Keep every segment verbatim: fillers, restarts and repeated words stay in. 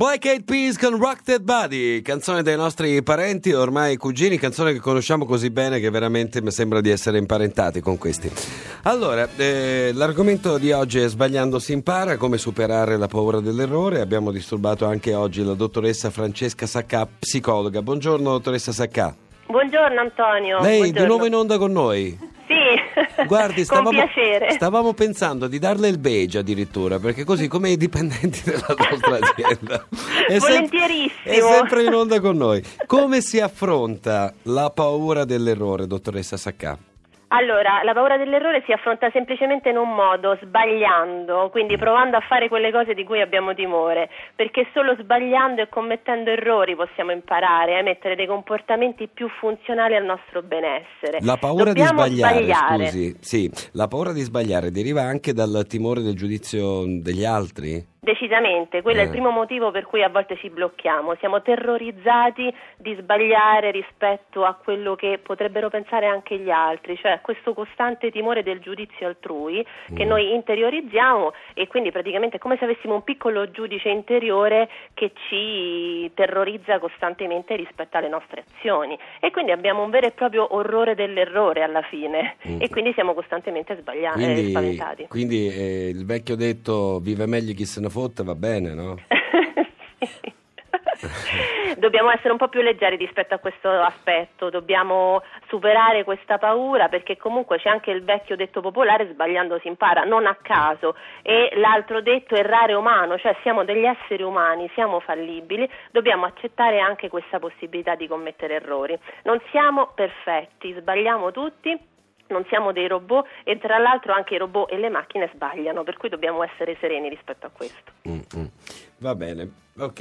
Black Eyed Peas con Rock That Body, canzone dei nostri parenti, ormai cugini, canzone che conosciamo così bene che veramente mi sembra di essere imparentati con questi. Allora, eh, l'argomento di oggi è Sbagliando si impara, come superare la paura dell'errore. Abbiamo disturbato anche oggi la dottoressa Francesca Saccà, psicologa. Buongiorno dottoressa Saccà. Buongiorno Antonio. Lei Buongiorno. di nuovo in onda con noi? Sì, guardi, stavamo, con piacere. Stavamo pensando di darle il badge addirittura, perché così come i dipendenti della nostra azienda è volentierissimo sempre, è sempre in onda con noi. Come si affronta la paura dell'errore, dottoressa Saccà? Allora, la paura dell'errore si affronta semplicemente in un modo, sbagliando, quindi provando a fare quelle cose di cui abbiamo timore, perché solo sbagliando e commettendo errori possiamo imparare a mettere dei comportamenti più funzionali al nostro benessere. La paura Dobbiamo di sbagliare, sbagliare. scusi, sì, la paura di sbagliare deriva anche dal timore del giudizio degli altri? Decisamente, quello eh. è il primo motivo per cui a volte ci blocchiamo, siamo terrorizzati di sbagliare rispetto a quello che potrebbero pensare anche gli altri, cioè questo costante timore del giudizio altrui che mm. noi interiorizziamo, e quindi praticamente è come se avessimo un piccolo giudice interiore che ci terrorizza costantemente rispetto alle nostre azioni, e quindi abbiamo un vero e proprio orrore dell'errore alla fine mm. e quindi siamo costantemente sbagliati, quindi, eh, spaventati. Quindi eh, il vecchio detto vive meglio chi se ne fotte va bene, no? Sì. Dobbiamo essere un po' più leggeri rispetto a questo aspetto, dobbiamo superare questa paura, perché comunque c'è anche il vecchio detto popolare sbagliando si impara, non a caso, e l'altro detto errare umano, cioè siamo degli esseri umani, siamo fallibili, dobbiamo accettare anche questa possibilità di commettere errori. Non siamo perfetti, sbagliamo tutti. Non siamo dei robot, e tra l'altro anche i robot e le macchine sbagliano, per cui dobbiamo essere sereni rispetto a questo. Mm-hmm. Va bene, ok,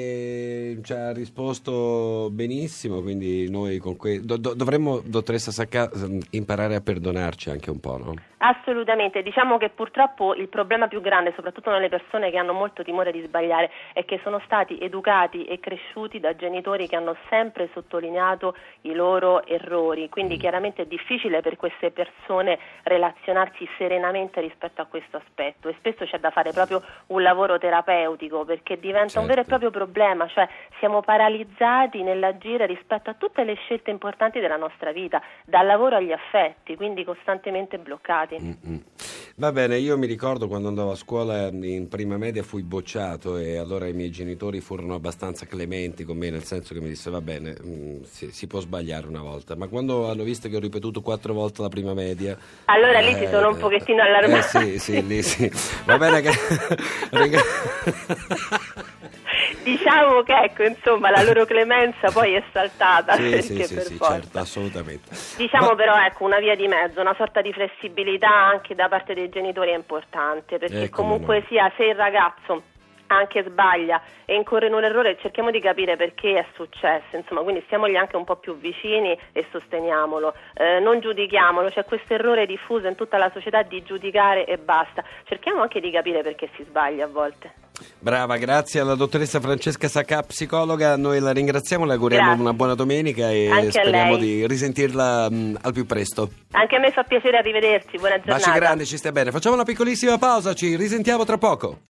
e ci ha risposto benissimo, quindi noi con que- do- do- dovremmo, dottoressa Saccà, imparare a perdonarci anche un po', no? Assolutamente, diciamo che purtroppo il problema più grande, soprattutto nelle persone che hanno molto timore di sbagliare, è che sono stati educati e cresciuti da genitori che hanno sempre sottolineato i loro errori, quindi mm. chiaramente è difficile per queste persone relazionarsi serenamente rispetto a questo aspetto, e spesso c'è da fare proprio un lavoro terapeutico, perché diventa certo. un vero e proprio problema, cioè siamo paralizzati nell'agire rispetto a tutte le scelte importanti della nostra vita, dal lavoro agli affetti, quindi costantemente bloccati. Mm-hmm. Va bene, io mi ricordo quando andavo a scuola in prima media fui bocciato, e allora i miei genitori furono abbastanza clementi con me, nel senso che mi disse va bene, mh, si, si può sbagliare una volta, ma quando hanno visto che ho ripetuto quattro volte la prima media, allora eh, lì si sono un pochettino allarmati. Eh sì, sì, lì sì. Va bene che diciamo che ecco, insomma, la loro clemenza poi è saltata, sì, perché sì, sì, per sì, forza. certo, assolutamente. Diciamo Ma... però ecco, una via di mezzo, una sorta di flessibilità anche da parte dei genitori è importante, perché eh, comunque no. sia, se il ragazzo anche sbaglia e incorre in un errore, cerchiamo di capire perché è successo, insomma, quindi stiamogli anche un po' più vicini e sosteniamolo, eh, non giudichiamolo, c'è questo errore diffuso in tutta la società di giudicare e basta, cerchiamo anche di capire perché si sbaglia a volte. Brava, grazie alla dottoressa Francesca Saccà, psicologa, noi la ringraziamo, le auguriamo grazie. una buona domenica e anche speriamo di risentirla mh, al più presto. Anche a me fa piacere, arrivederci, buona giornata. Baci grandi, ci stia bene, facciamo una piccolissima pausa, ci risentiamo tra poco.